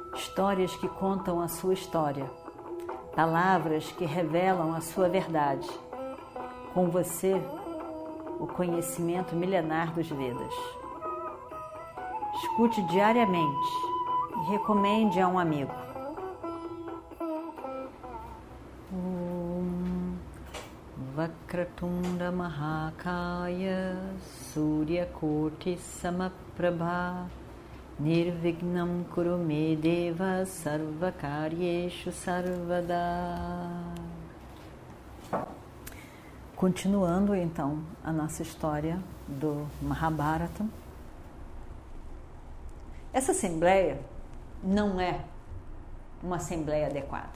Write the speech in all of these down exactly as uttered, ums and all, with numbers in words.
histórias que contam a sua história, palavras que revelam a sua verdade. Com você, o conhecimento milenar dos Vedas. Escute diariamente e recomende a um amigo. Om Vakratunda Mahakaya Suryakoti Samaprabha Nirvignam Kurume Deva Sarvakaryeshu Sarvada. Continuando então a nossa história do Mahabharata. Essa assembleia não é uma assembleia adequada.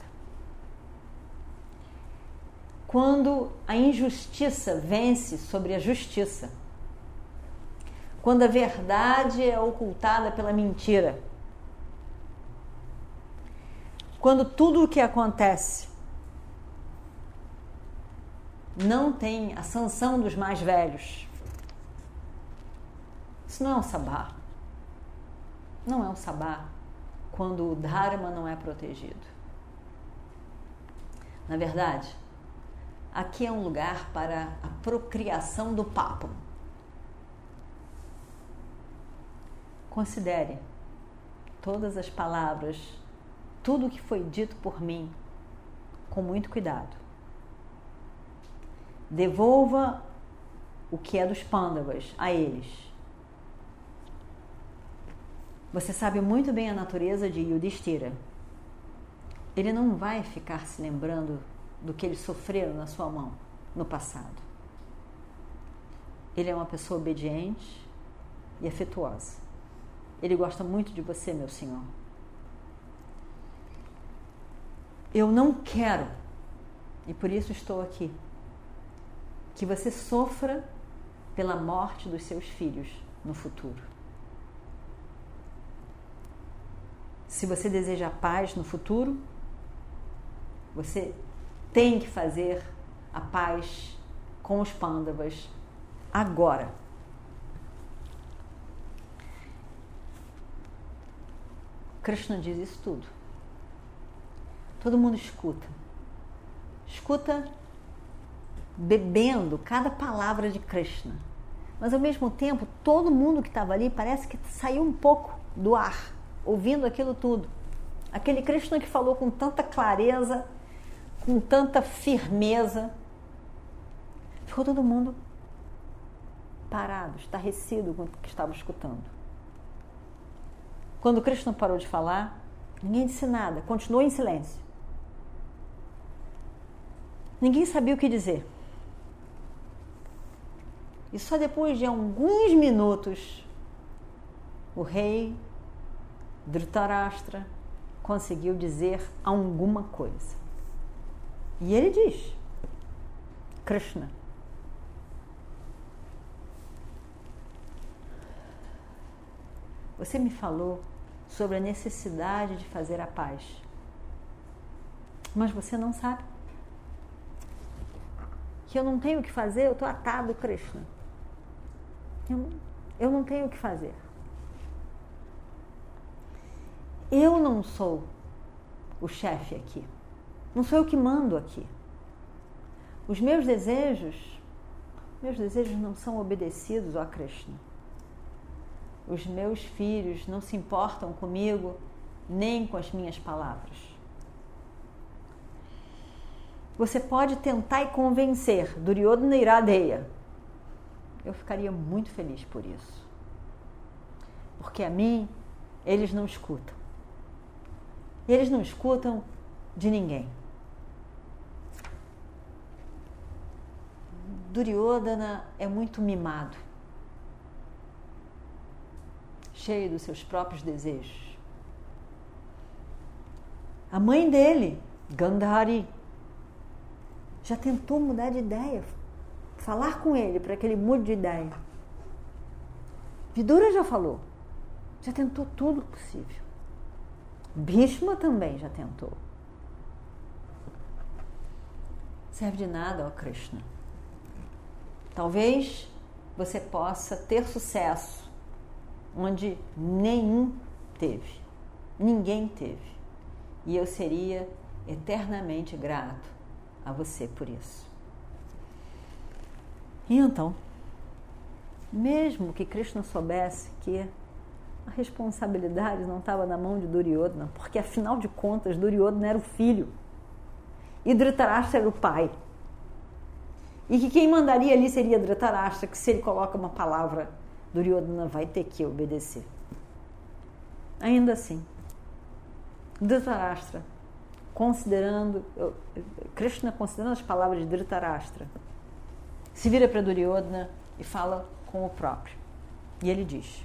Quando a injustiça vence sobre a justiça, quando a verdade é ocultada pela mentira, quando tudo o que acontece não tem a sanção dos mais velhos, isso não é um sabá. Não é um sabá quando o Dharma não é protegido. Na verdade, aqui é um lugar para a procriação do papo. Considere todas as palavras, tudo o que foi dito por mim, com muito cuidado. Devolva o que é dos Pandavas a eles. Você sabe muito bem a natureza de Yudhishthira. Ele não vai ficar se lembrando do que eles sofreram na sua mão no passado. Ele é uma pessoa obediente e afetuosa. Ele gosta muito de você, meu senhor. Eu não quero, e por isso estou aqui, que você sofra pela morte dos seus filhos no futuro. Se você deseja paz no futuro, você tem que fazer a paz com os Pandavas agora. Krishna diz isso tudo. Todo mundo escuta. Escuta bebendo cada palavra de Krishna. Mas ao mesmo tempo, todo mundo que estava ali parece que saiu um pouco do ar, ouvindo aquilo tudo. Aquele Krishna que falou com tanta clareza, com tanta firmeza. Ficou todo mundo parado, estarrecido com o que estava escutando. Quando Krishna parou de falar, ninguém disse nada, continuou em silêncio. Ninguém sabia o que dizer. E só depois de alguns minutos, o rei Dhritarashtra conseguiu dizer alguma coisa. E ele diz: Krishna, você me falou sobre a necessidade de fazer a paz, mas você não sabe que eu não tenho o que fazer. Eu estou atado, Krishna. Eu, eu não tenho o que fazer. Eu não sou o chefe aqui. Não sou eu que mando aqui. Os meus desejos, meus desejos não são obedecidos, ó Krishna. Os meus filhos não se importam comigo, nem com as minhas palavras. Você pode tentar e convencer Duryodhana Iradeya. Eu ficaria muito feliz por isso. Porque a mim, eles não escutam. Eles não escutam de ninguém. Duryodhana é muito mimado, cheio dos seus próprios desejos. A mãe dele, Gandhari, já tentou mudar de ideia, falar com ele para que ele mude de ideia. Vidura já falou, já tentou tudo possível. Bhishma também já tentou. Serve de nada, ó Krishna. Talvez você possa ter sucesso onde nenhum teve. ninguém teve. E eu seria eternamente grato a você por isso. E então, mesmo que Krishna soubesse que a responsabilidade não estava na mão de Duryodhana, porque afinal de contas Duryodhana era o filho e Dhritarashtra era o pai, e que quem mandaria ali seria Dhritarashtra, que se ele coloca uma palavra, Duryodhana vai ter que obedecer. Ainda assim, Dhritarashtra, considerando, Krishna considerando as palavras de Dhritarashtra, se vira para Duryodhana e fala com o próprio. E ele diz: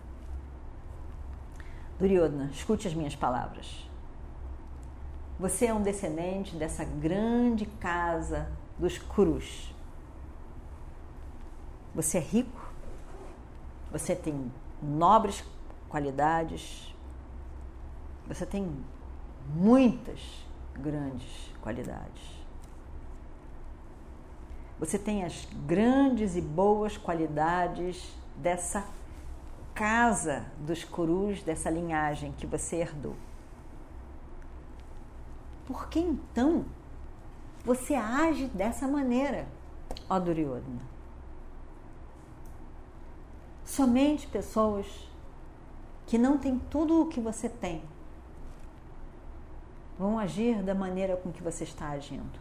Duryodhana, escute as minhas palavras. Você é um descendente dessa grande casa dos Kurus. Você é rico, você tem nobres qualidades, você tem muitas grandes qualidades. Você tem as grandes e boas qualidades dessa casa dos Kurus, dessa linhagem que você herdou. Por que então você age dessa maneira, ó Duryodhana? Somente pessoas que não têm tudo o que você tem vão agir da maneira com que você está agindo.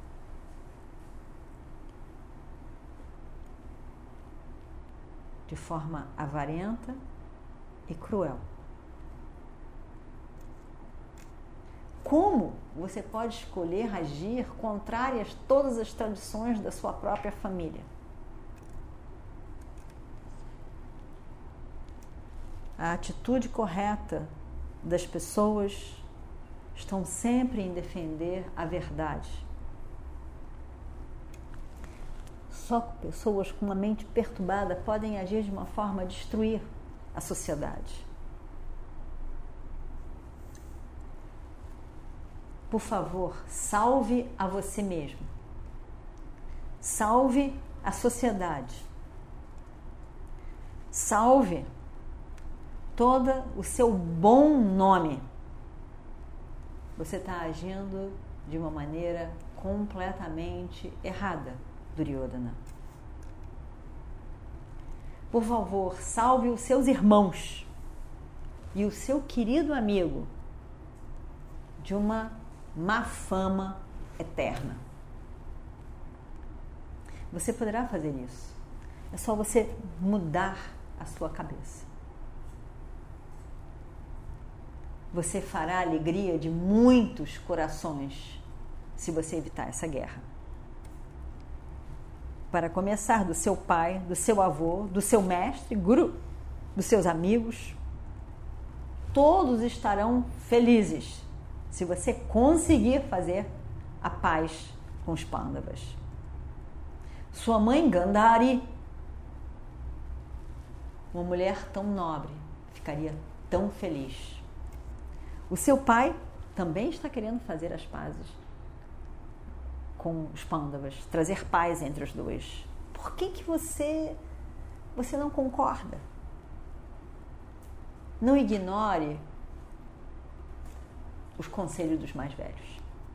De forma avarenta e cruel. Como você pode escolher agir contrárias a todas as tradições da sua própria família? A atitude correta das pessoas estão sempre em defender a verdade. Só pessoas com uma mente perturbada podem agir de uma forma a destruir a sociedade. Por favor, salve a você mesmo. Salve a sociedade. Salve todo o seu bom nome. Você está agindo de uma maneira completamente errada, Duryodhana. Por favor, salve os seus irmãos e o seu querido amigo de uma má fama eterna. Você poderá fazer isso. É só você mudar a sua cabeça. Você fará a alegria de muitos corações se você evitar essa guerra. Para começar, do seu pai, do seu avô, do seu mestre, guru, dos seus amigos. Todos estarão felizes se você conseguir fazer a paz com os Pandavas. Sua mãe Gandhari, uma mulher tão nobre, ficaria tão feliz. O seu pai também está querendo fazer as pazes com os Pandavas, trazer paz entre os dois. Por que que você, você não concorda? Não ignore os conselhos dos mais velhos.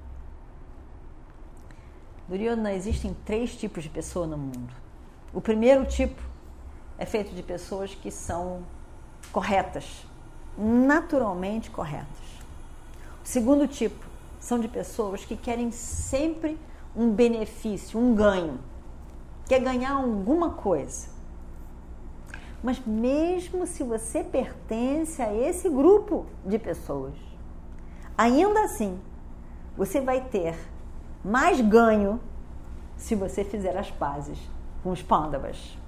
Duryodhana, existem três tipos de pessoa no mundo. O primeiro tipo é feito de pessoas que são corretas, naturalmente corretas. O segundo tipo são de pessoas que querem sempre um benefício, um ganho, quer ganhar alguma coisa. Mas mesmo se você pertence a esse grupo de pessoas, ainda assim, você vai ter mais ganho se você fizer as pazes com os Pandavas.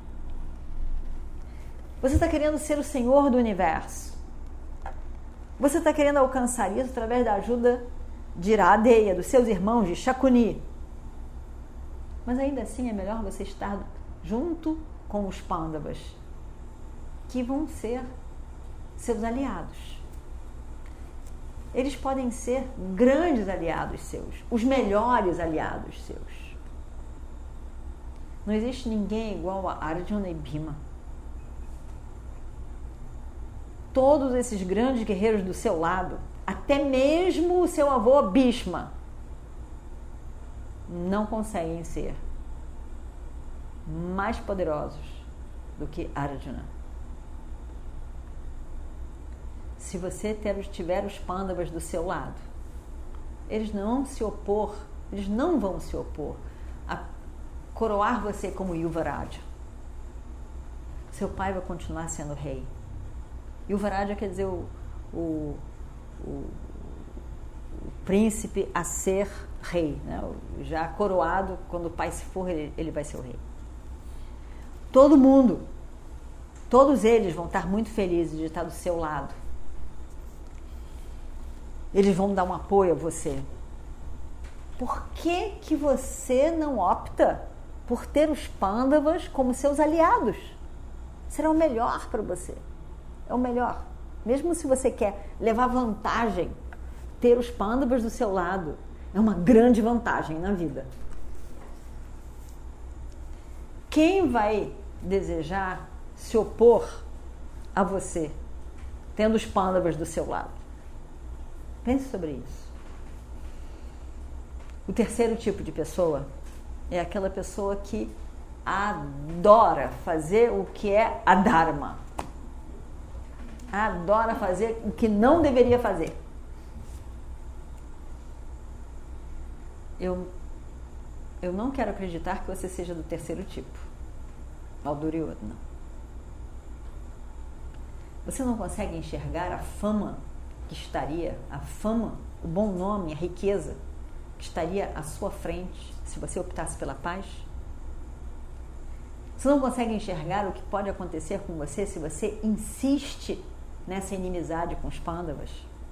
Você está querendo ser o senhor do universo. Você está querendo alcançar isso através da ajuda de Iradeya, dos seus irmãos de Shakuni. Mas ainda assim é melhor você estar junto com os Pandavas, que vão ser seus aliados. Eles podem ser grandes aliados seus, os melhores aliados seus. Não existe ninguém igual a Arjuna e Bhima. todos esses grandes guerreiros do seu lado, até mesmo o seu avô Bhishma, não conseguem ser mais poderosos do que Arjuna. Se você ter, tiver os Pandavas do seu lado, eles não vão se opor, eles não vão se opor a coroar você como Yuvaraja. Seu pai vai continuar sendo rei. Yuvaraja quer dizer o, o, o, o príncipe a ser rei, né? Já coroado, quando o pai se for, ele, ele vai ser o rei. Todo mundo, todos eles vão estar muito felizes de estar do seu lado. Eles vão dar um apoio a você. Por que que você não opta por ter os Pandavas como seus aliados? Será o melhor para você. É o melhor. Mesmo se você quer levar vantagem, ter os Pandavas do seu lado é uma grande vantagem na vida. Quem vai desejar se opor a você, tendo os Pandavas do seu lado? Pense sobre isso. O terceiro tipo de pessoa é aquela pessoa que adora fazer o que é adharma. Adora fazer o que não deveria fazer. Eu, eu não quero acreditar que você seja do terceiro tipo, ao Duryodhana. Você não consegue enxergar a fama que estaria, a fama, o bom nome, a riqueza que estaria à sua frente se você optasse pela paz? Você não consegue enxergar o que pode acontecer com você se você insiste nessa inimizade com os Pandavas?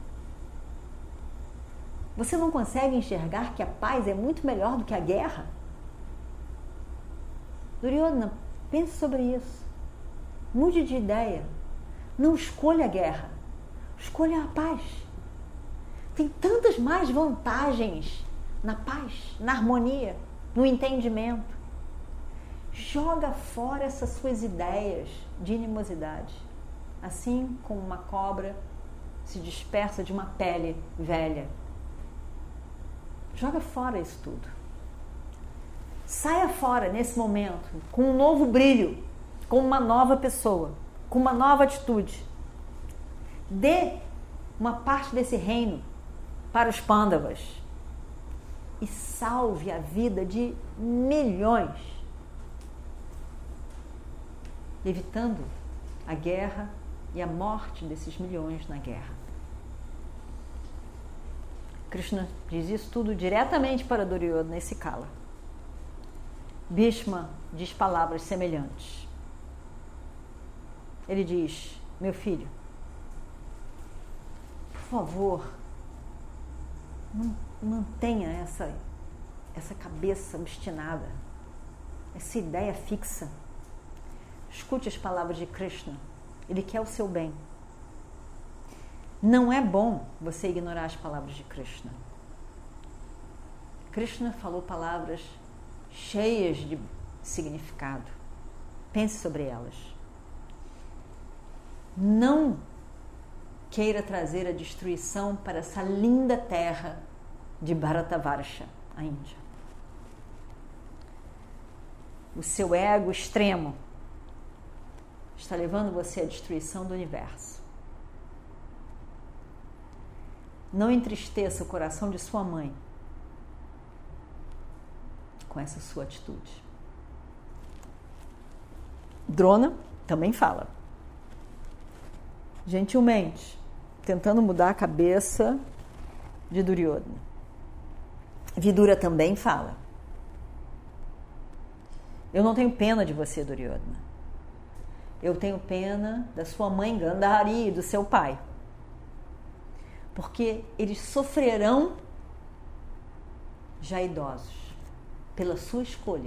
Você não consegue enxergar que a paz é muito melhor do que a guerra? Duryodhana, pense sobre isso. Mude de ideia. Não escolha a guerra. Escolha a paz. Tem tantas mais vantagens na paz, na harmonia, no entendimento. Joga fora essas suas ideias de animosidade. Assim como uma cobra se dispersa de uma pele velha. Joga fora isso tudo. Saia fora nesse momento com um novo brilho, com uma nova pessoa, com uma nova atitude. Dê uma parte desse reino para os Pandavas e salve a vida de milhões, evitando a guerra e a morte desses milhões na guerra. Krishna diz isso tudo diretamente para Duryodhana e se cala. Bhishma diz palavras semelhantes. Ele diz: meu filho, por favor, não mantenha essa, essa cabeça obstinada, essa ideia fixa. Escute as palavras de Krishna. Ele quer o seu bem. Não é bom você ignorar as palavras de Krishna. Krishna falou palavras cheias de significado. Pense sobre elas. Não queira trazer a destruição para essa linda terra de Bharatavarsha, a Índia. O seu ego extremo está levando você à destruição do universo. Não entristeça o coração de sua mãe com essa sua atitude. Drona também fala, gentilmente, tentando mudar a cabeça de Duryodhana. Vidura também fala: eu não tenho pena de você, Duryodhana. Eu tenho pena da sua mãe Gandhari e do seu pai, porque eles sofrerão já idosos pela sua escolha.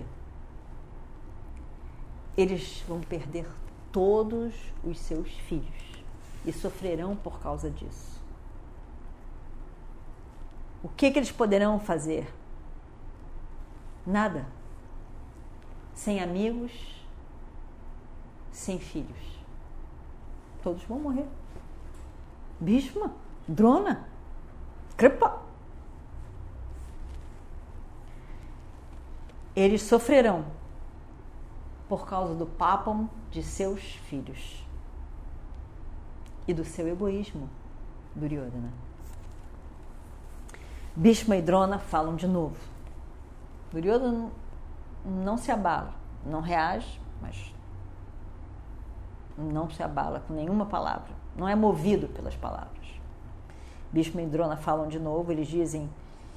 Eles vão perder todos os seus filhos e sofrerão por causa disso. O que que eles poderão fazer? Nada. Sem amigos, sem filhos. Todos vão morrer. Bhishma, Drona, Kripa. Eles sofrerão por causa do papam de seus filhos e do seu egoísmo, Duryodhana. Bhishma e Drona falam de novo. Duryodhana não se abala, não reage, mas não se abala com nenhuma palavra, não é movido pelas palavras. Bhishma e Drona falam de novo, eles dizem: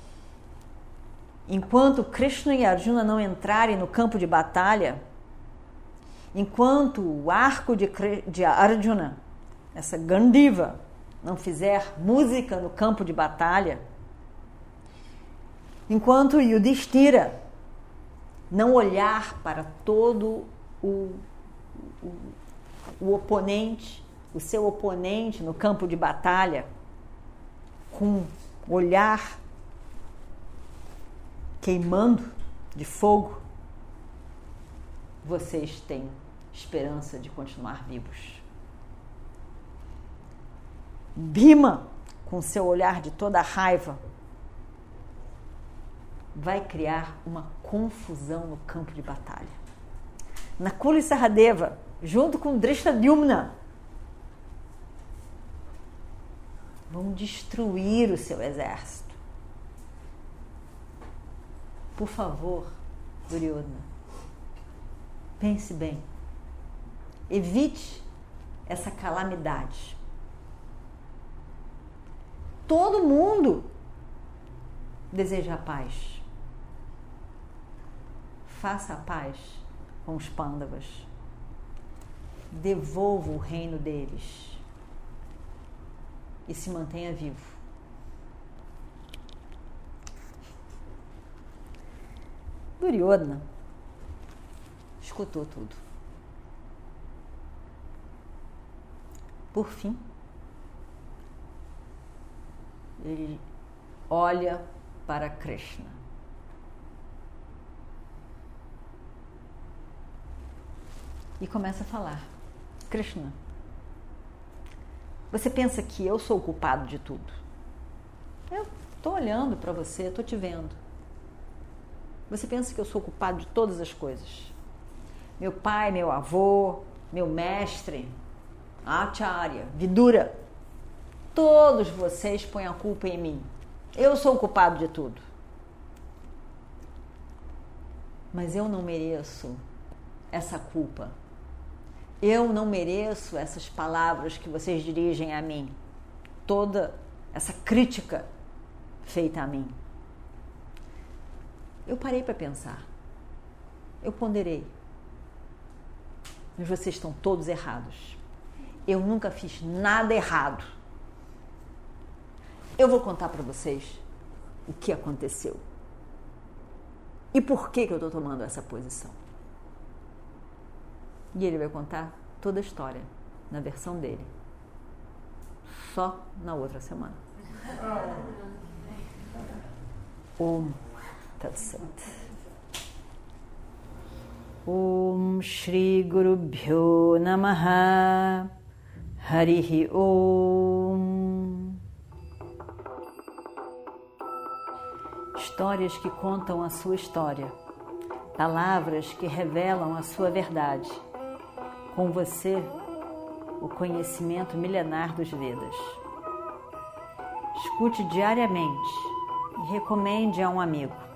enquanto Krishna e Arjuna não entrarem no campo de batalha, enquanto o arco de, de Arjuna, essa Gandiva, não fizer música no campo de batalha, enquanto Yudhishthira não olhar para todo o, o, o oponente, o seu oponente no campo de batalha, com olhar queimando de fogo, vocês têm esperança de continuar vivos. Bhima, com seu olhar de toda a raiva, vai criar uma confusão no campo de batalha. Nakula e Sahadeva, junto com Drishtadyumna, vão destruir o seu exército. Por favor, Duryodhana, pense bem. Evite essa calamidade. Todo mundo deseja a paz. Faça a paz com os Pandavas. Devolva o reino deles. E se mantenha vivo. Duryodhana escutou tudo. Por fim, ele olha para Krishna. E começa a falar: Krishna, você pensa que eu sou o culpado de tudo? Eu estou olhando para você, estou te vendo. Você pensa que eu sou o culpado de todas as coisas? Meu pai, meu avô, meu mestre, Acharya, Vidura, todos vocês põem a culpa em mim. Eu sou o culpado de tudo. Mas eu não mereço essa culpa. Eu não mereço essas palavras que vocês dirigem a mim. Toda essa crítica feita a mim. Eu parei para pensar. Eu ponderei. Mas vocês estão todos errados. Eu nunca fiz nada errado. Eu vou contar para vocês o que aconteceu. E por que que eu estou tomando essa posição. E ele vai contar toda a história na versão dele. Só na outra semana. Om Tat Sat. Om Shri Guru Bhyo Namaha. Harihi Om. Histórias que contam a sua história. Palavras que revelam a sua verdade. Com você, o conhecimento milenar dos Vedas. Escute diariamente e recomende a um amigo.